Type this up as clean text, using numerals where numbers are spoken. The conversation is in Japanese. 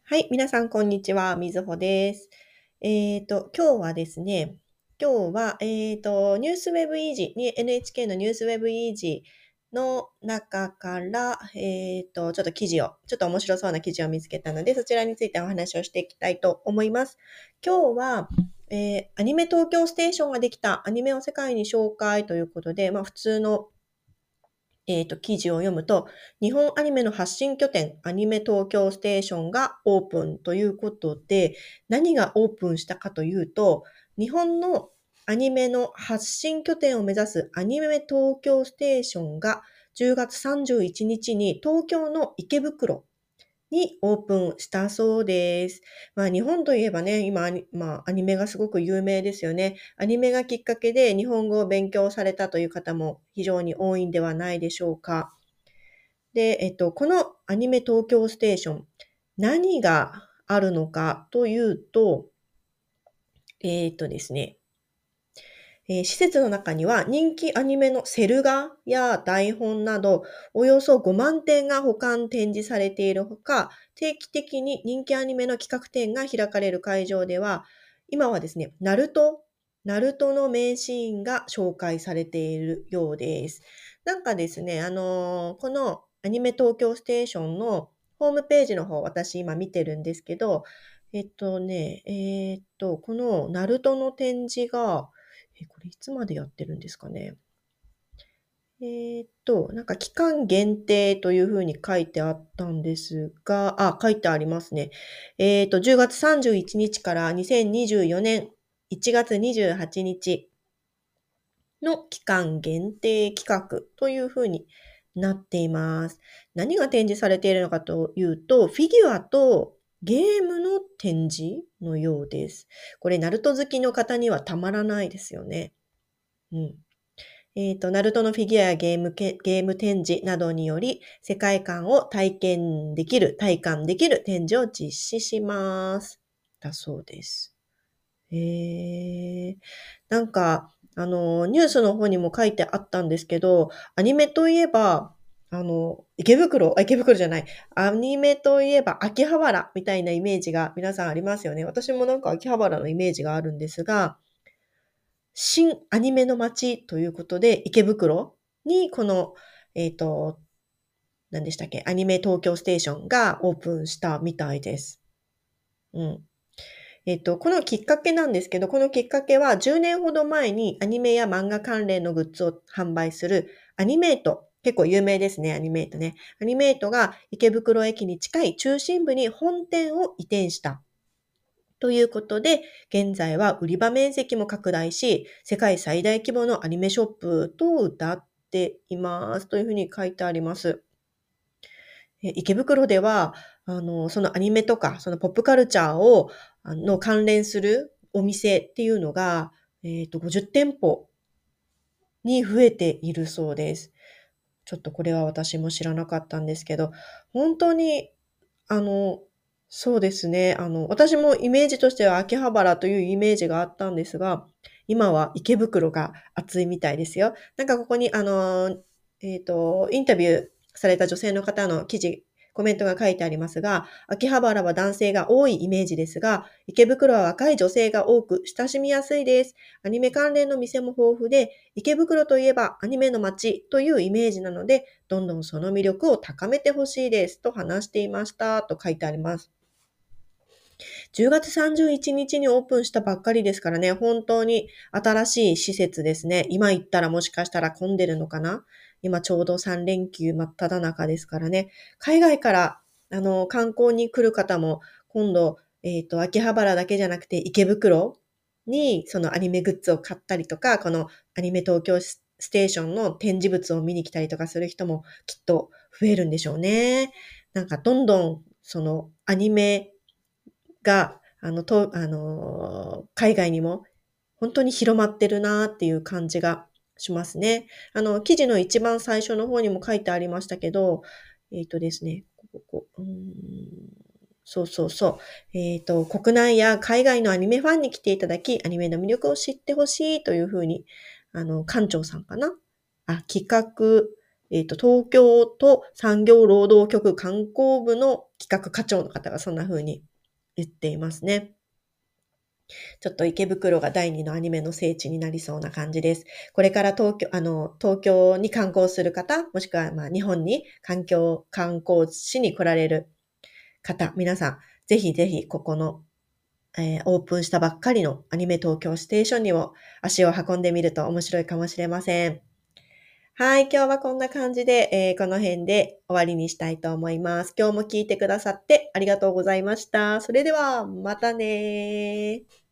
はい、皆さんこんにちは、みずほです。今日はですね、今日は、ニュースウェブイージーに NHK のニュースウェブイージーの中から、ちょっとちょっと面白そうな記事を見つけたので、そちらについてお話をしていきたいと思います。今日は、アニメ東京ステーションができた、アニメを世界に紹介ということで、普通の記事を読むと、日本アニメの発信拠点、アニメ東京ステーションがオープンということで、何がオープンしたかというと、日本のアニメの発信拠点を目指すアニメ東京ステーションが10月31日に東京の池袋にオープンしたそうです。日本といえばね、今アニメがすごく有名ですよね。アニメがきっかけで日本語を勉強されたという方も非常に多いんではないでしょうか。で、このアニメ東京ステーション、何があるのかというと、ですね、施設の中には人気アニメのセル画や台本など、およそ5万点が保管展示されているほか、定期的に人気アニメの企画展が開かれる会場では、今はですね、ナルトの名シーンが紹介されているようです。なんかですね、このアニメ東京ステーションのホームページの方、私今見てるんですけど、このナルトの展示が、これいつまでやってるんですかね。なんか期間限定というふうに書いてあったんですが、書いてありますね。10月31日から2024年1月28日の期間限定企画というふうになっています。何が展示されているのかというと、フィギュアとゲームの展示のようです。これ、ナルト好きの方にはたまらないですよね。うん。ナルトのフィギュアやゲーム展示などにより、世界観を体感できる展示を実施します。だそうです。なんか、ニュースの方にも書いてあったんですけど、アニメといえば、池袋じゃない。アニメといえば秋葉原みたいなイメージが皆さんありますよね。私もなんか秋葉原のイメージがあるんですが、新アニメの街ということで、池袋にこの、えっと、何でしたっけ、アニメ東京ステーションがオープンしたみたいです。うん。このきっかけなんですけど、このきっかけは10年ほど前にアニメや漫画関連のグッズを販売するアニメイト。結構有名ですね、アニメイトね。アニメイトが池袋駅に近い中心部に本店を移転したということで、現在は売り場面積も拡大し、世界最大規模のアニメショップと謳っています。というふうに書いてあります。池袋では、そのアニメとか、そのポップカルチャーの関連するお店っていうのが、50店舗に増えているそうです。ちょっとこれは私も知らなかったんですけど、本当に、あの、そうですね。私もイメージとしては秋葉原というイメージがあったんですが、今は池袋が熱いみたいですよ。なんかここに、インタビューされた女性の方のコメントが書いてありますが、秋葉原は男性が多いイメージですが、池袋は若い女性が多く親しみやすいです。アニメ関連の店も豊富で、池袋といえばアニメの街というイメージなので、どんどんその魅力を高めてほしいですと話していましたと書いてあります。10月31日にちにオープンしたばっかりですからね、本当に新しい施設ですね。今行ったらもしかしたら混んでるのかな。今ちょうど3連休真っ只中ですからね。海外から観光に来る方も今度、秋葉原だけじゃなくて池袋にそのアニメグッズを買ったりとか、このアニメ東京ステーションの展示物を見に来たりとかする人もきっと増えるんでしょうね。なんかどんどんそのアニメが、海外にも本当に広まってるなっていう感じがしますね。記事の一番最初の方にも書いてありましたけど、ですね、そうそうそう。国内や海外のアニメファンに来ていただき、アニメの魅力を知ってほしいというふうに、館長さんかな企画東京都産業労働局観光部の企画課長の方がそんな風に言っていますね。ちょっと池袋が第2のアニメの聖地になりそうな感じです。これから東京に観光する方、もしくは日本に観光しに来られる方、皆さん、ぜひぜひここの、オープンしたばっかりのアニメ東京ステーションにも足を運んでみると面白いかもしれません。はい、今日はこんな感じで、この辺で終わりにしたいと思います。今日も聞いてくださってありがとうございました。それでは、またねー。